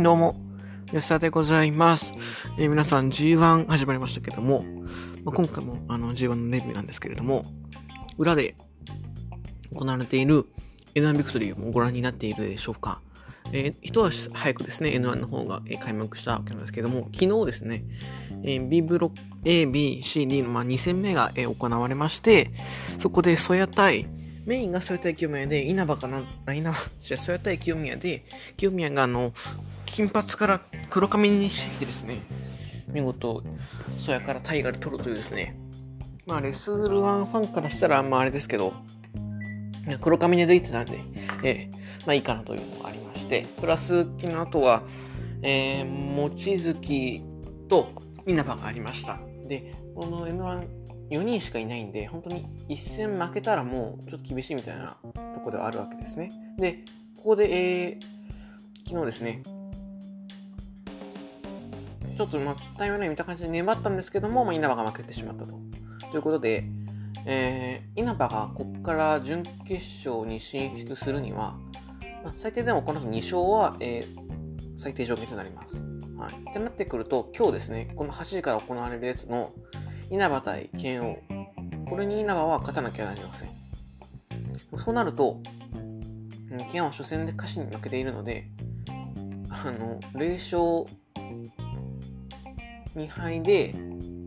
どうも、安田でございます。皆さん G1 始まりましたけども、今回もG1 のレビューなんですけれども、裏で行われている N1 ビクトリーをご覧になっているでしょうか。一足早くですね、N1 の方が開幕したわけなんですけれども、昨日ですね、B ブロック A、B、C、D の2戦目が行われまして、そこでソヤ対メインがソヤ対清宮で、ソヤ対清宮で、清宮が金髪から黒髪にしてですね、見事、ソヤからタイガル取るというですね、レスル1ファンからしたら、あれですけど、黒髪で出てたんで、いいかなというのがありまして、プラス、昨日あとは、望月と稲葉がありました。で、この N14 人しかいないんで、本当に一戦負けたらもうちょっと厳しいみたいなところではあるわけですね。で、ここで、昨日ですね、ちょっとタイムライン見た感じで粘ったんですけども、稲葉が負けてしまったと。ということで、稲葉がここから準決勝に進出するには、最低でもこの後2勝は、最低条件となります。はい。ってなってくると、今日ですね、この8時から行われるやつの稲葉対剣王。これに稲葉は勝たなきゃなりません。そうなると、剣王は初戦で下肢に負けているので、0勝2敗で、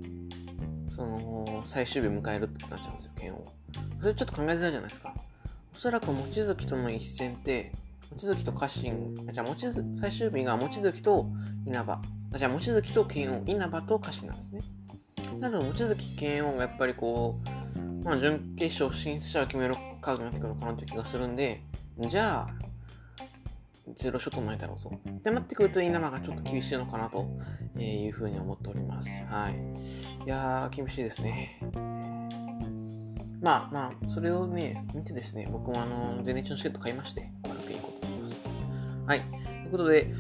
最終日を迎えるってなっちゃうんですよ、剣王。それちょっと考えづらいじゃないですか。おそらく望月との一戦って、望月と最終日が望月と稲葉。望月と剣王、稲葉と家臣なんですね。なので、望月剣王がやっぱり準決勝進出者を決めるカードになってくるのかなという気がするんで、じゃあ、ゼロショットないだろうと。ってなってくると、稲葉がちょっと厳しいのかなというふうに思っております。はい。いやー、厳しいですね。それをね、見てですね、僕も全日のチケット買いまして、後楽園行こうと思います。はい。ということで、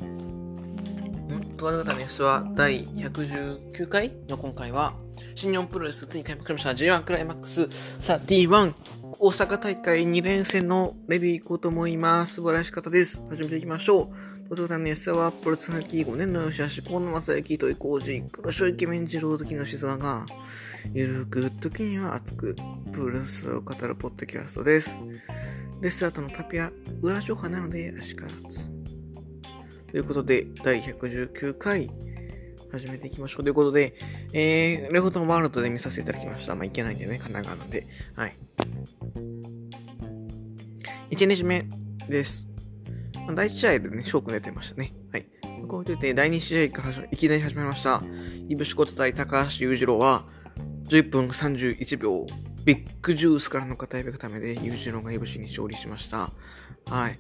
とある方の安は第119回の今回は、新日本プロレスついに開幕しました G1 クライマックスさあ D1 大阪大会2連戦のレビュー行こうと思います。素晴らしかったです。始めていきましょう。ということで、安はプロレス歴5年の吉橋、河野正幸、戸井浩二、黒潮イケメン二郎好きの静和が、ゆるく時には熱く、プロレスを語るポッドキャストです。レスラーとのタピア、裏情報なので、足からず。ということで、第119回、始めていきましょう。ということで、レフトのワールドで見させていただきました。いけないんでね、神奈川なんで。はい。1日目です。第1試合でね、翔くん出てましたね。はい。こうやって第2試合からいきなり始まりました。イブシコト対高橋裕次郎は、11分31秒、ビッグジュースからの片指固めで裕次郎がイブシに勝利しました。はい。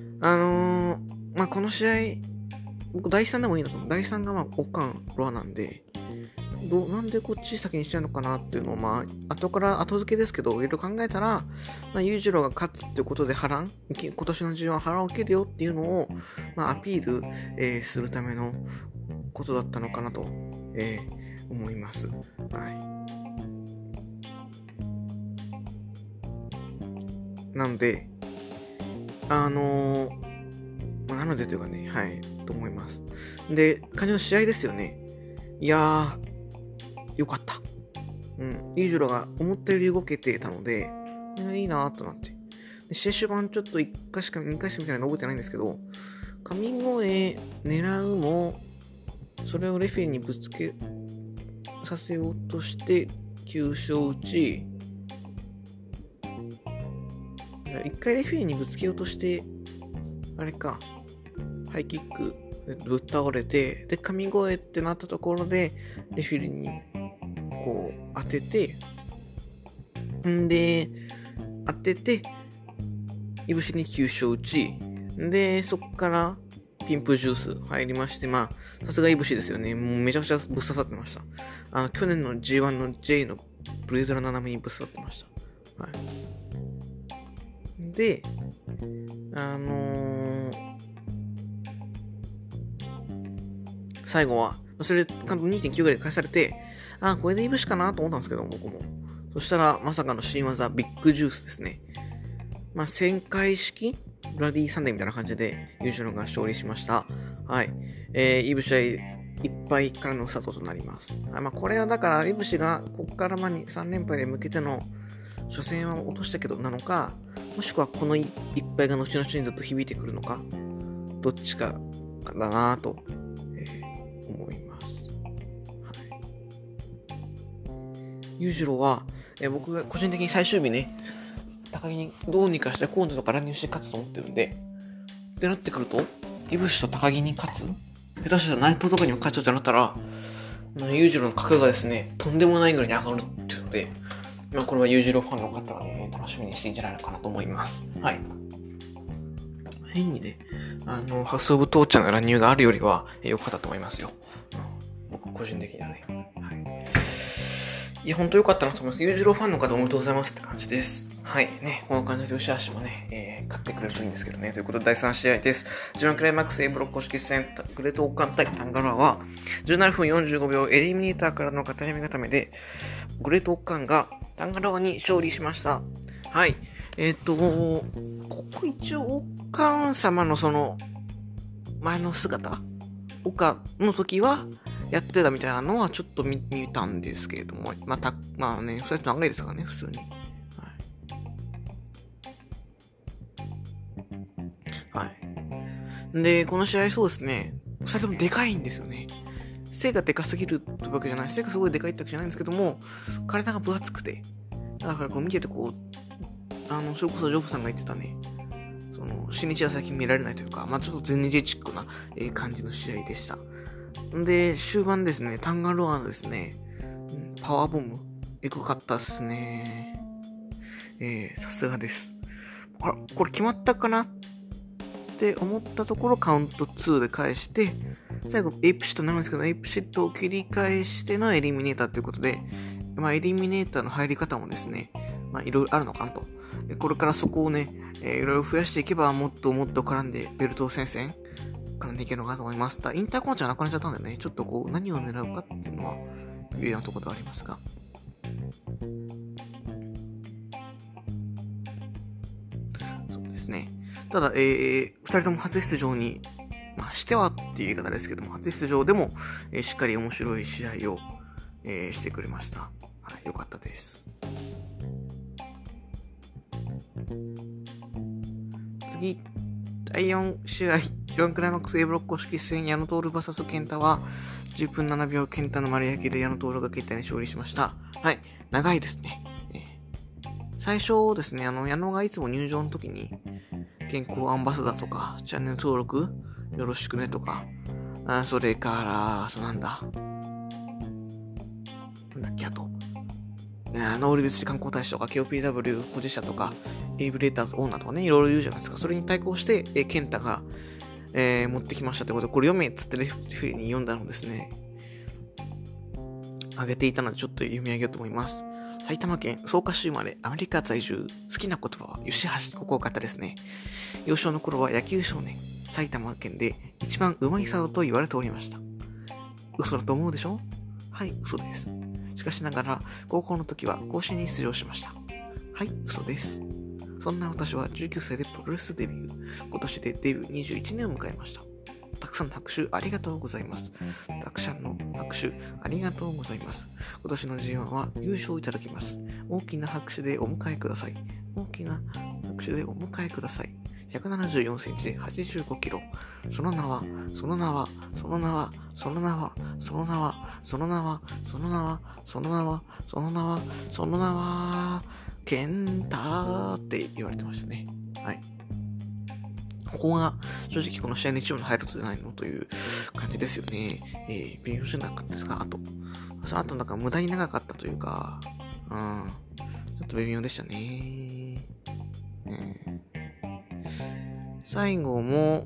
この試合、僕第3でもいいのかな。第3がオカン、ロアなんで、なんでこっち先にしちゃうのかなっていうのを後付けですけど、いろいろ考えたら、裕次郎が勝つってことで今年の G1 波乱を受けるよっていうのを、アピール、するためのことだったのかなと、思います。はい。なので、なのでというかね、はい、と思います。で、感じの試合ですよね。いやー、よかった。裕次郎が思ったより動けてたので、いいなーとなって。で試合終盤ちょっと1回しか2回しかみたいなの覚えてないんですけど、神声狙うも、それをレフェリーにぶつけさせようとして、急所打ち、1回レフェリーにぶつけようとして、あれか、ハイキックぶっ倒れて、で、神声ってなったところで、レフェリーに当てて、いぶしに急所打ち、で、そっからピンプジュース入りまして、さすがいぶしですよね。もうめちゃくちゃぶっ刺さってました。去年の G1 の J のブレイズラ斜めにぶっ刺さってました。はい。で、最後は、それで 2.9 ぐらいで返されて、これでいぶしかなと思ったんですけど、僕も。そしたら、まさかの新技、ビッグジュースですね。旋回式ブラディサンデーみたいな感じで、裕次郎が勝利しました。 はい。いぶしはいっぱいからのスタートとなります。これはだから、いぶしがここから3連敗で向けての初戦は落としたけどなのか、もしくはこの一敗が後々にずっと響いてくるのか、どっちかだなと、思います。裕次郎は、僕が個人的に最終日ね、高木にどうにかして今度とか乱入して勝つと思ってるんで、ってなってくると、いぶしと高木に勝つ、下手したら内藤とかにも勝っちゃうってなったら、裕次郎の格がですね、とんでもないぐらいに上がるっていうので、これは裕次郎ファンの方はね、楽しみにしていいんじゃないのかなと思います。はい。変にね、ハウスオブトーチャーの乱入があるよりは良かったと思いますよ。僕個人的にはね。はい。いや、ほんと良かったなと思います。裕次郎ファンの方おめでとうございますって感じです。はい。ね、この感じで吉橋もね、勝ってくれるといいんですけどね。ということで第3試合です。G1クライマックス A ブロック公式戦、グレートオーカン対タンガロアは、17分45秒エリミネーターからの片読み固めで、グレートオーカンがタンガロアに勝利しました。はい。ここ一応、オッカン様のその、前の姿オッカンの時は、やってたみたいなのはちょっと見たんですけれども、まあね、2人と長いですからね、普通に。はい。で、この試合そうですね、2人ともでかいんですよね。背がでかすぎるってわけじゃない。背がすごいでかいってわけじゃないんですけども、体が分厚くて。だからこう見ててこう、それこそジョブさんが言ってたね、その、新日は最近見られないというか、ちょっと全日チックな、感じの試合でした。で、終盤ですね、タンガロアのですね、パワーボム、エグかったっすね。さすがです。これ決まったかなって思ったところ、カウント2で返して、最後、エイプシットになるんですけど、エイプシットを切り返してのエリミネーターということで、エリミネーターの入り方もですね、いろいろあるのかなと。これからそこをね、いろいろ増やしていけば、もっともっと絡んで、ベルト戦線、絡んでいけるのかなと思います。インターコンチはなくなっちゃったんでね、ちょっとこう、何を狙うかっていうのは、微妙なところではありますが。そうですね。ただ、二人とも初出場に、してはっていう言い方ですけども、初出場でも、しっかり面白い試合を、してくれました。はい、よかったです。次、第4試合、G1クライマックス A ブロック公式戦、矢野徹 VS ケンタは、10分7秒、ケンタの丸焼きで矢野徹がケンタに勝利しました。はい、長いですね。最初ですね、矢野がいつも入場の時に、健康アンバサダーとか、チャンネル登録よろしくねとか、それから、なんだっけ、あと、ノーリベス観光大使とか、KOPW 保持者とか、エイブレーターズオーナーとかね、いろいろ言うじゃないですか。それに対抗して、ケンタが、持ってきましたってことで、これ読めっつってレフェリーに読んだのですね、あげていたので、ちょっと読み上げようと思います。埼玉県草加市生まれ、アメリカ在住、好きな言葉は吉橋、ここ方ですね。幼少の頃は野球少年、埼玉県で一番うまいサウと言われておりました。嘘だと思うでしょ？はい、嘘です。しかしながら、高校の時は甲子園に出場しました。はい、嘘です。そんな私は19歳でプロレスデビュー。今年でデビュー21年を迎えました。たくさんの拍手ありがとうございます。たくさんの拍手ありがとうございます。今年の G1 は優勝いただきます。大きな拍手でお迎えください。大きな拍手でお迎えください。174センチで85キロ。その名は、その名は、その名は、その名は、その名は、その名は、その名は、その名は、その名は、その名は、ケンターって言われてましたね。はい。ここが正直この試合の一部に入るとじゃないのという感じですよね。微妙じゃなかったですか？あと、その後なんか無駄に長かったというか、ちょっと微妙でしたね。最後も、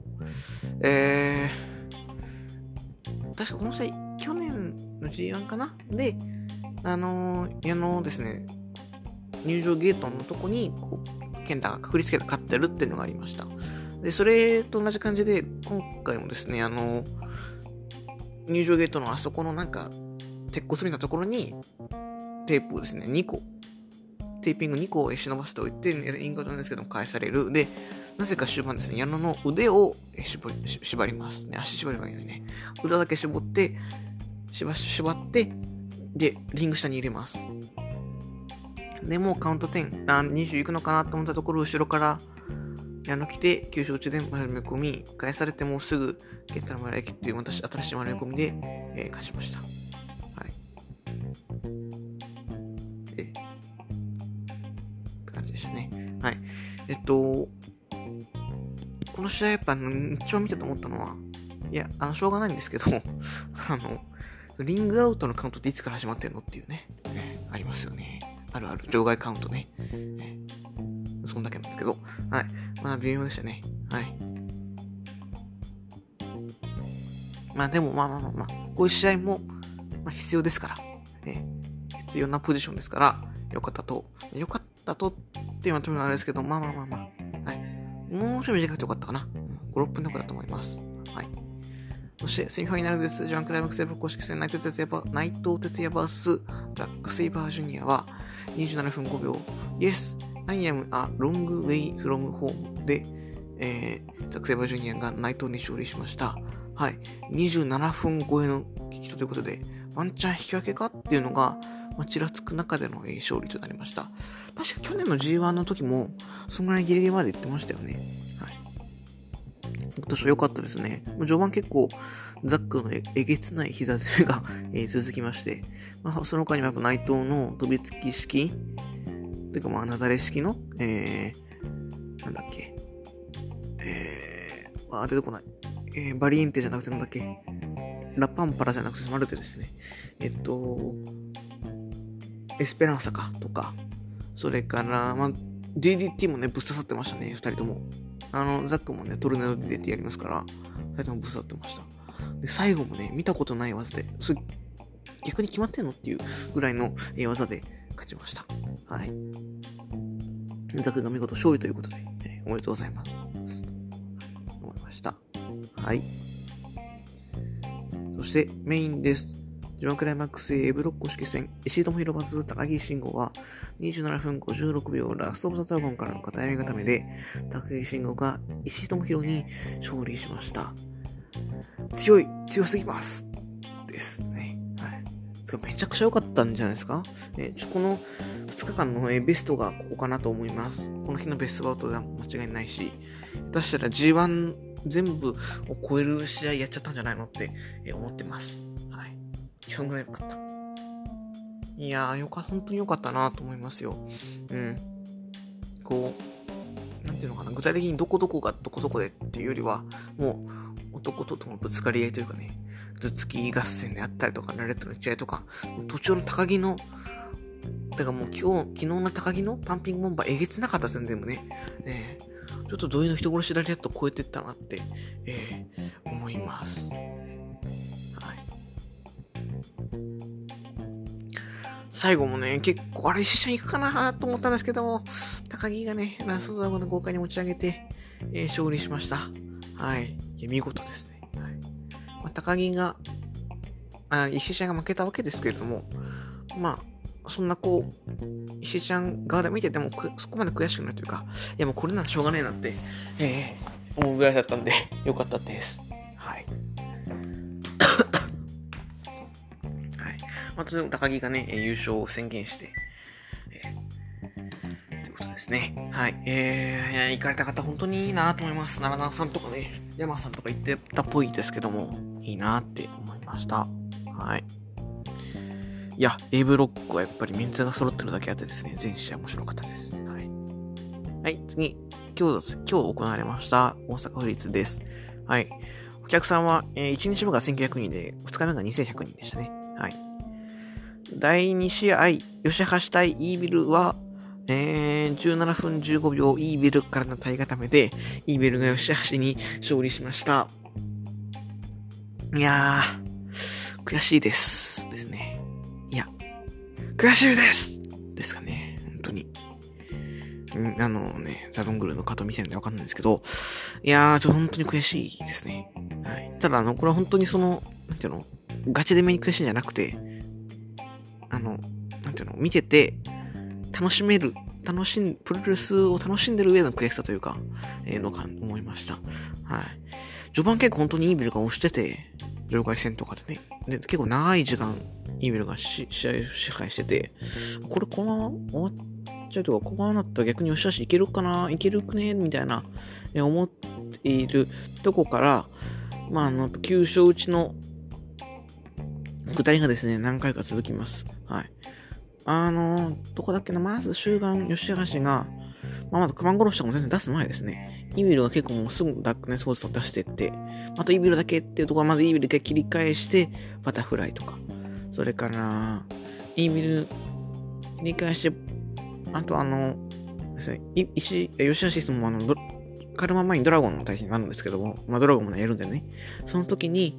確かこの試合、去年の G1 かなで、矢野ですね、入場ゲートのとこに、こう、ケンタがくくりつけて勝ってるっていうのがありました。で、それと同じ感じで、今回もですね、入場ゲートのあそこのなんか、鉄骨みたいなところに、テープをですね、2個、テーピング2個を忍ばせておいて、インゴなんですけども返される。で、 なぜか終盤ですね、矢野の腕を縛りますね。足縛ればいいのにね。腕だけ絞って、縛って、で、リング下に入れます。で、もうカウント10、20いくのかなと思ったところ、後ろから矢野来て、急所打ちで丸め込み、返されてもうすぐ、ゲッタの丸焼きっていう新しい丸め込みで、勝ちました。はい。って感じでしたね。はい。この試合やっぱ一番見てて思ったのは、いや、しょうがないんですけど、リングアウトのカウントっていつから始まってんのっていうね、ありますよね。ある場外カウントね。そんだけなんですけど、はい。まあ、微妙でしたね。はい。まあ、でも、まあ、こういう試合も、必要ですから、必要なポジションですから、よかったとっていうまとめはあれですけど、まあ。はい。もうちょい短くてよかったかな。5、6分の子だと思います。はい。そして、セミファイナルです。ジャンクライマックス公式戦内藤哲也 vs ザック・セイバージュニアは27分5秒 Yes, I am a long way from home で、ザック・セイバージュニアが内藤に勝利しました。はい。27分超えの激闘ということで、ワンチャン引き分けかっていうのが、ちらつく中での勝利となりました。確か去年の G1 の時も、そのぐらいギリギリまで行ってましたよね。はい。今年は良かったですね。序盤結構、ザックのえげつない膝攻めが、続きまして、その他にもやっぱ内藤の飛びつき式、てかなだれ式の、なんだっけ、出てこない。バリエンテじゃなくてなんだっけ、ラパンパラじゃなくてマルテですね。エスペランサかとか、それから、DDT もね、ぶっ刺さってましたね、二人とも。ザックもね、トルネード DDT やりますから、二人ともぶっ刺さってました。で、最後もね、見たことない技で、逆に決まってんのっていうぐらいの技で勝ちました。はい。ザックが見事勝利ということで、おめでとうございます。思いました。はい。そしてメインです。G1クライマックス A ブロック公式戦、石井智弘 vs 高木慎吾は27分56秒ラストオブザドラゴンからの片闇固めで、高木慎吾が石井智弘に勝利しました。強すぎますですね。はい。めちゃくちゃ良かったんじゃないですか。この2日間のベストがここかなと思います。この日のベストバウトでは間違いないし、下手したら G1 全部を超える試合やっちゃったんじゃないのって思ってます。はい。そんぐらい良かった。いやー、本当に良かったなと思いますよ。うん。なんていうのかな、具体的にどこがどこでっていうよりは、もう男とのぶつかり合いというかね、頭突き合戦であったりとか、ラレットの打ち合いとか、途中の高木の、だからもう昨日の高木のパンピングボンバーえげつなかったですね、全部ね。ちょっと土井の人殺しラリアット超えてったなって、思います。はい。最後もね、結構あれ一緒に行くかなと思ったんですけども、高木がね、ラストドラゴンの豪快に持ち上げて、勝利しました。はい。見事ですね。はい。高木が、石井ちゃんが負けたわけですけれども、そんな石井ちゃん側で見ててもそこまで悔しくないというか、いやもうこれならしょうがねえなって、思うぐらいだったんで、よかったです。はい。はい。高木がね、優勝を宣言して、ということですね。はい。行かれた方本当にいいなと思います。奈良さんとかね、山さんとか言ってたっぽいですけども、いいなって思いました。はい。いや、A ブロックはやっぱりメンツが揃ってるだけあってですね、全試合面白かったです。はい。はい、次。今日行われました大阪府立です。はい。お客さんは、1日目が1900人で、2日目が2100人でしたね。はい。第2試合、吉橋対イービルは、17分15秒イービルからの体固めで、イービルが吉橋に勝利しました。いやー、悔しいです。ですね。いや、悔しいですですかね。本当に。ザドングルの方見てるんでわかんないんですけど、いやー、本当に悔しいですね。はい。ただ、これは本当になんていうの、ガチで目に悔しいんじゃなくて、なんていうの、見てて、楽しめるプロレスを楽しんでる上の悔しさというか、思いました。はい。序盤結構本当にイービルが押してて、場外戦とかでね。で、結構長い時間、イービルが試合を支配してて、これこのまま終わっちゃうとか、このままなったら逆によしいけるかないけるくねみたいな、思っているとこから、急所打ちの下りがですね、何回か続きます。はい。どこだっけな、まず終盤、吉橋が、まだ熊殺しとかも全然出す前ですね。イービルが結構もうすぐダークネスフォースを出してって、あとイービルだけっていうところはまずイービルだけ切り返して、バタフライとか。それから、イービル切り返して、あとですね、吉橋システムもカルマ前にドラゴンの対戦になるんですけども、ドラゴンもやるんでね。その時に、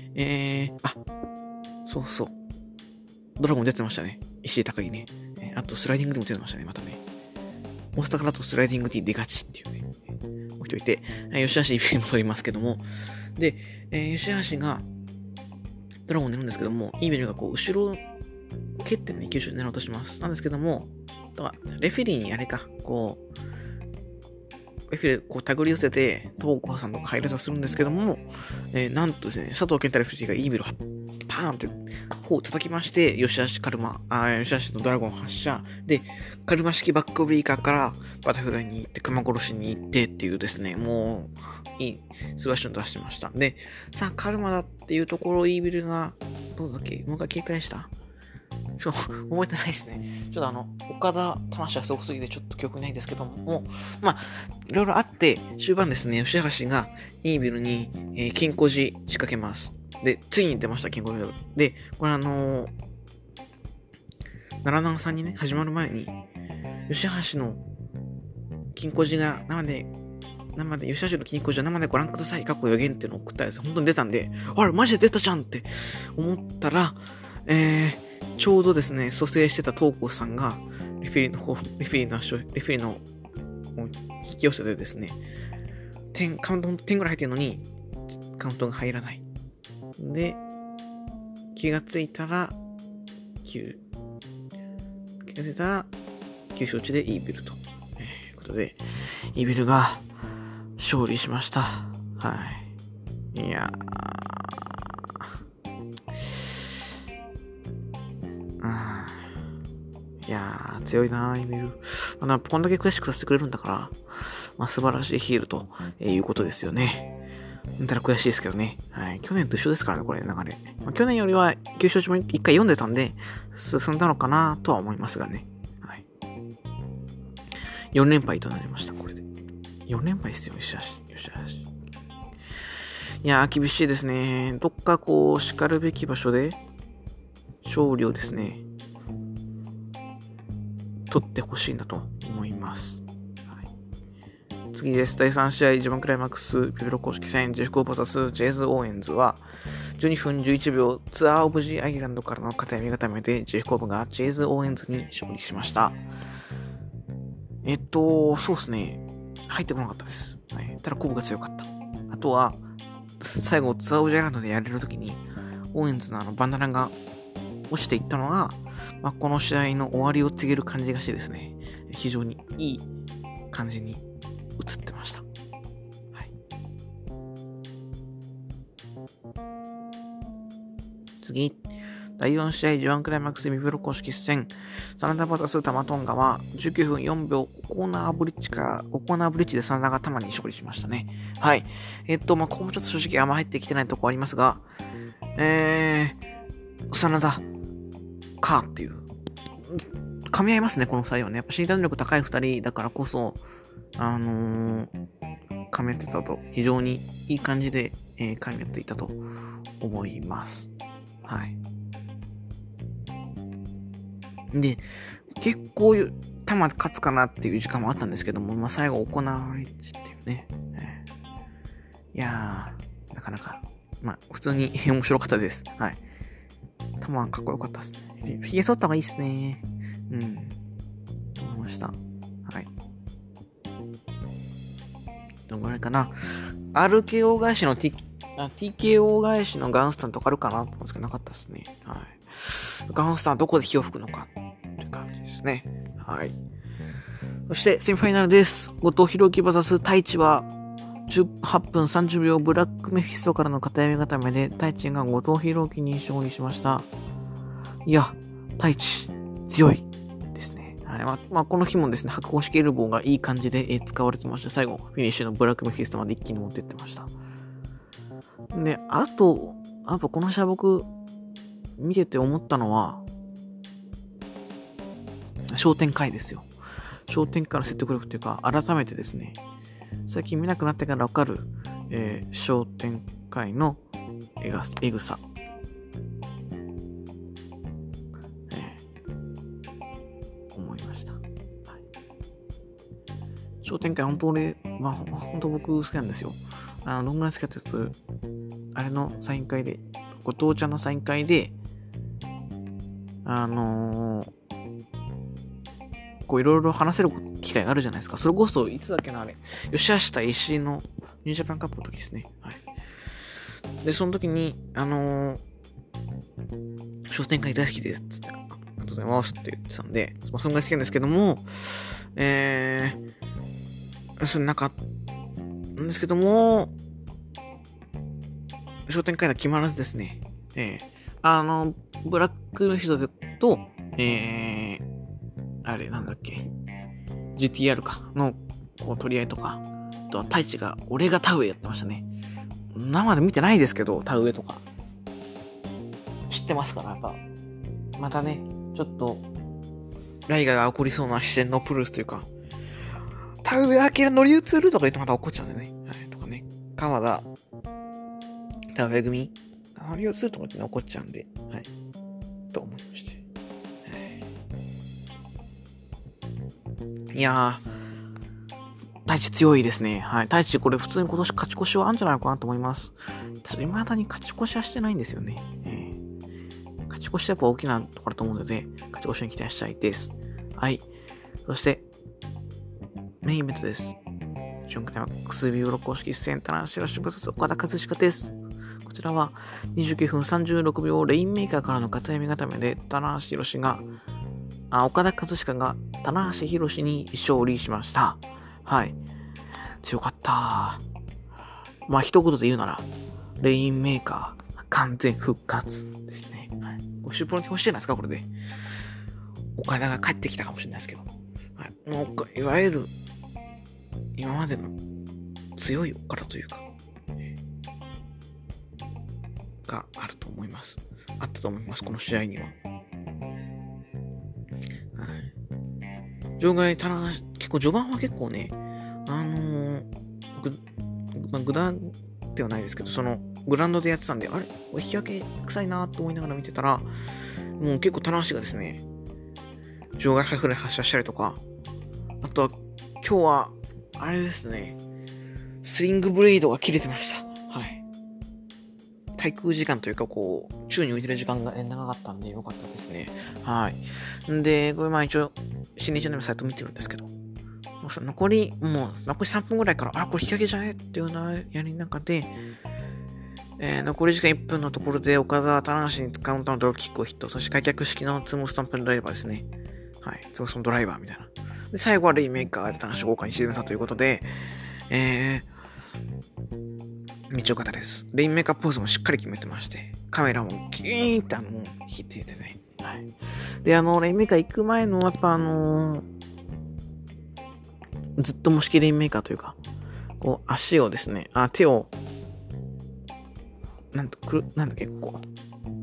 そうそう。ドラゴン出てましたね。石井高木ね。あとスライディングでも出てましたね、またね。モンスターからとスライディング T 出がちっていうね。置いといて、吉橋イビルも取りますけども。で、吉橋がドラゴンを狙うんですけども、イーベルがこう、後ろを蹴ってね、九州狙おうとします。なんですけども、レフェリーにあれか、こう、レフェリーこう手繰り寄せて、東郷さんとか入れたとするんですけども、なんとですね、佐藤健太レフェリーがイーベルをパーンってこう叩きまして、吉橋のドラゴン発射で、カルマ式バックブリーカーからバタフライに行って、熊殺しに行ってっていうですね、もういい素晴らしいの出してました。で、さあカルマだっていうところ、イービルがどうだっけ、もう一回警戒した。覚えてないですね。ちょっと岡田魂はすごすぎてちょっと記憶ないですけども、いろいろあって、終盤ですね、吉橋がイービルに、金庫寺仕掛けます。で、ついに出ました、金庫寺。で、これ奈良南さんにね、始まる前に、吉橋の金庫寺が生で、吉橋の金庫寺生でご覧ください、過去予言っていうのを送ったやつ、本当に出たんで、あれ、マジで出たじゃんって思ったら、ちょうどですね、蘇生してた東光さんが、レフェリーの引き寄せてですね、カウント点ぐらい入ってるのに、カウントが入らない。で、気がついたら、9勝ちでイービルと、いうことで、イービルが勝利しました。はい。いや強いなイービル。こんだけ悔しくさせてくれるんだから、素晴らしいヒールということですよね。ただ悔しいですけどね。はい。去年と一緒ですからね、これ、流れ。去年よりは、9勝も一回読んでたんで、進んだのかなとは思いますがね。はい。4連敗となりました、これで。4連敗ですよ、よし。いやー、厳しいですね。どっかこう、叱るべき場所で、勝利をですね、取ってほしいなと思います。次です。第3試合、1番クライマックス、ピペロ公式戦、ジェフコー VS ジェイズ・オーエンズは、12分11秒、ツアーオブジアイランドからの片闇固めで、ジェフコーブがジェイズ・オーエンズに勝利しました。そうですね。入ってこなかったです。はい、ただコブが強かった。あとは、最後、ツアーオブジアイランドでやれるときに、オーエンズのバンダナが落ちていったのが、この試合の終わりを告げる感じがしてですね、非常にいい感じに映ってました。はい。次、第4試合 G1 クライマックスミプロ公式戦、真田 VS タマトンガは19分4秒コーナーブリッジで真田が玉に勝利しましたね。はい。ここもちょっと正直入ってきてないとこありますが、真田かっていう。噛み合いますね、この2人はね。やっぱ身体能力高い2人だからこそ、噛み合ってたと、非常にいい感じで、噛み合っていたと思います。はい。で、結構、球勝つかなっていう時間もあったんですけども、最後行われちっていうね。いやー、なかなか、普通に面白かったです。はい。球かっこよかったですね。フィギュア取った方がいいですね。と思いました。はい。どのぐらいかな。RKO 返しのTKO 返しのガンスタンとかあるかなと思うんですけど、なかったですね。はい。ガンスタンどこで火を吹くのかっていう感じですね。はい。 そしてセミファイナルです。後藤弘樹 VS 太一は18分30秒ブラックメフィストからの片読み固めで太一が後藤弘樹に勝利しました。いや、太一強いですね。はい。この日もですね、白公式エルボーがいい感じで使われてました。最後、フィニッシュのブラックメフィストまで一気に持っていってました。で、あとこの試合僕、見てて思ったのは、商店会ですよ。商店会の説得力というか、改めてですね、最近見なくなってからわかる、商店会のエグさ。思いました。はい、商店会本当に、本当僕好きなんですよ。どんぐらい好きかというと、あれのサイン会で、後藤ちゃんのサイン会で、こういろいろ話せる機会があるじゃないですか。それこそ、いつだっけなあれ。吉橋対石井のニュージャパンカップの時ですね。はい。で、その時に、商店会大好きです。つって、ありがとうございますって言ってたんで、そんぐらい好きなんですけども、それなかったんですけども、商店会が決まらずですね、ブラックの人と、あれなんだっけ GTR かのこう取り合いとか、あとは太一が俺が田植えやってましたね。生で見てないですけど、田植えとか知ってますから、やっぱまたね、ちょっとライガーが起こりそうな視線のプルースというか、田植え明乗り移るとか言ってまた怒っちゃうんでね、はい、とかね、川田田植え組乗り移るとか言って怒っちゃうんで、はい、と思いまして、いやー、太一強いですね。はい。太一これ普通に今年勝ち越しはあるんじゃないかなと思います。未だに勝ち越しはしてないんですよね。勝ち越しはやっぱ大きなところだと思うので、勝ち越しに期待したいです。はい。そして、メインイベントです。ジョンクライマックスビブロ公式戦、田中宏 VS 岡田和親です。こちらは29分36秒レインメーカーからの片読み固めで、田中宏が、岡田和親が棚橋宏に勝利しました。はい。強かった。一言で言うなら、レインメーカー完全復活ですね。はい。シュープロに欲しいじゃないですか、これで。岡田が帰ってきたかもしれないですけど。はい。もう、いわゆる、今までの強い岡田というか、があると思います。あったと思います、この試合には。場外、結構序盤は結構ね、グダではないですけど、そのグラウンドでやってたんで、あれこれ引き分け臭いなと思いながら見てたら、もう結構棚橋がですね、場外ハイフライ発射したりとか、あとは今日はあれですね、スイングブレードが切れてました。はい。滞空時間というか、こう、宙に浮いてる時間が長かったんでよかったですね。はい。で、これ一応、新日のサイト見てるんですけど、残り3分ぐらいから、これ引き上げじゃねっていうようなやりの中で、残り時間1分のところで岡田、棚橋にカウンターのドロップキックをヒット、そして開脚式のツームスタンプドライバーですね。はい。ツームスタンプドライバーみたいな。で、最後はレインメーカーで棚橋を豪華に沈めたということで、めっちゃ良かったです。レインメーカーポーズもしっかり決めてまして、カメラもキーンって引いててね。はい。で、レインメーカー行く前の、やっぱずっともしきレインメーカーというか、こう、足をですね、手を、なんだっけ、こう、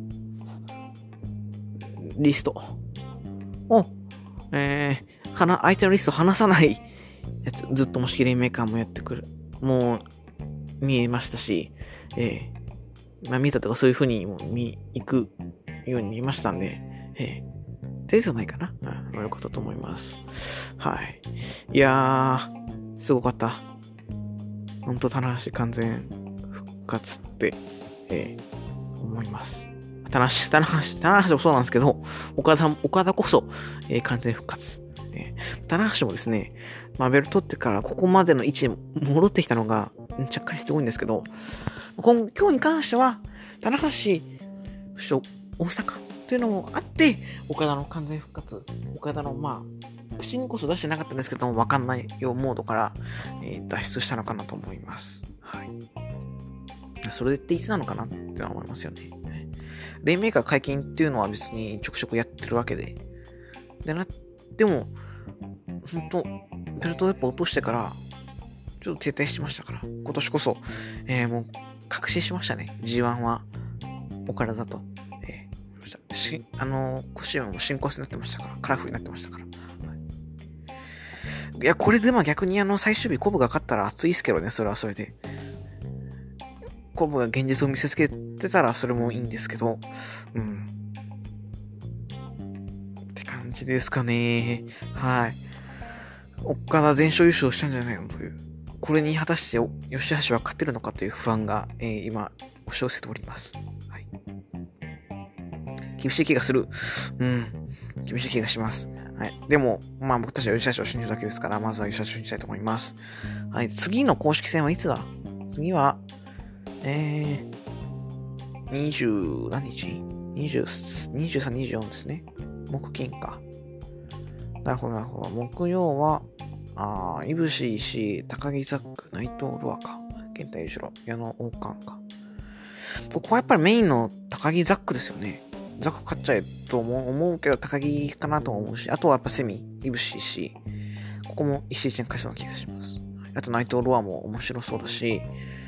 リストを、相手のリストを離さないやつ、ずっともしきレインメーカーもやってくる。もう、見えましたし、見たとかそういう風にも行くように見えましたんで、手じゃないかな。よかったと思います。はい。いやー、すごかった。ほんと、棚橋完全復活って、思います。棚橋もそうなんですけど、岡田こそ、完全復活。棚橋もですね、ベルトってからここまでの位置に戻ってきたのが、ちゃっかりすごいんですけど、今日に関しては、棚橋、大阪というのもあって、岡田の完全復活、岡田の口にこそ出してなかったんですけども、わかんないよモードから、脱出したのかなと思います。はい。それっていつなのかなって思いますよね。レインメーカー解禁っていうのは別にちょくちょくやってるわけで。でも、本当ベルトやっぱ落としてから、ちょっと停滞してましたから、今年こそ、もう確信しましたね。G1 は、岡田だと。コスチュームも進行性になってましたから、カラフルになってましたから。いや、これで逆に最終日コブが勝ったら熱いっすけどね、それはそれで。コブが現実を見せつけてたらそれもいいんですけど、って感じですかね。はい。岡田全勝優勝したんじゃないのという。これに果たして吉橋は勝てるのかという不安が、今、押し寄せております。はい。厳しい気がする。厳しい気がします。はい。でも、僕たちは吉橋を信じるだけですから、まずは吉橋を信じたいと思います。はい。次の公式戦はいつだ？次は、20何日 ?23、24ですね。木金か。なるほど、なるほど。木曜は、いぶし石、高木ザック、内藤ロアか。健太裕次郎、矢野王冠か。ここはやっぱりメインの高木ザックですよね。ザック勝っちゃえと思うけど、高木かなと思うし、あとはやっぱセミ、いぶし石。ここも石一に勝ちそうな気がします。あと内藤ロアも面白そうだし、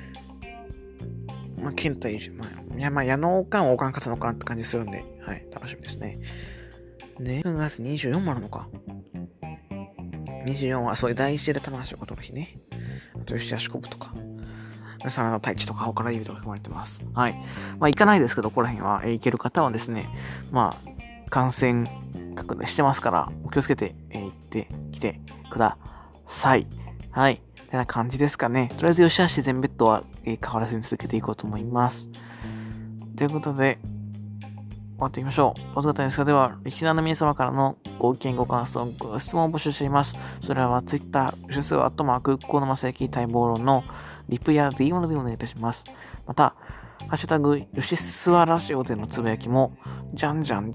健太裕次郎、矢野王冠勝つのかなって感じするんで、はい、楽しみですね。で、9月24もあるのか。24は、そういう第一で棚橋ことの日ね。あと、吉橋コブとか、真田太一とか、他の意味とか含まれてます。はい。行かないですけど、ここら辺は、行ける方はですね、感染拡大してますから、お気をつけて、行ってきてください。はい。てな感じですかね。とりあえず、吉橋全ベッドは、変わらずに続けていこうと思います。ということで、終わっていきましょう。お疲れ様ですが、では、リスナーの皆様からのご意見、ご感想、ご質問を募集しています。それは Twitter、主数は河野正幸待望論のリプや DM でお願いいたします。また、ハッシュタグ、よしすわラジオでのつぶやきも、じゃんじゃん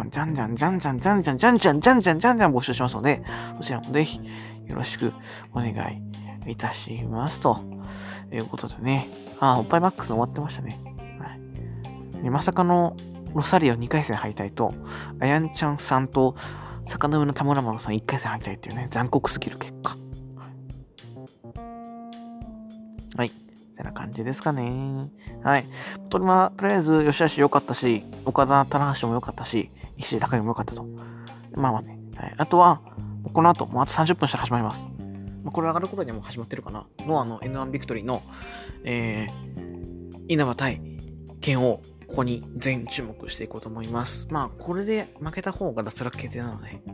募集しますので、そちらもぜひよろしくお願いいたしますということでね。おっぱいマックス終わってましたね。はい。まさかのロサリオ2回戦敗退と、あやんちゃんさんと坂上の田村麻呂さん1回戦敗退っていうね、残酷すぎる結果。はい。てな感じですかね。はい。とりあえず、吉橋良かったし、岡田、棚橋も良かったし、石井高木も良かったと。ね。はい。あとは、この後、もうあと30分したら始まります。これ上がる頃にはもう始まってるかな。N1 ビクトリーの、稲葉対剣王。ここに全注目していこうと思います。これで負けた方が脱落決定なので、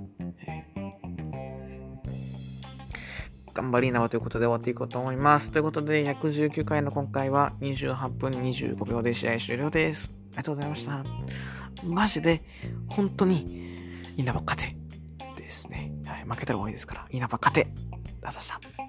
頑張りなわということで終わっていこうと思います。ということで、119回の今回は28分25秒で試合終了です。ありがとうございました。マジで、本当に、稲葉勝てですね。はい、負けたら終わりですから、稲葉勝て。ありがとうございました。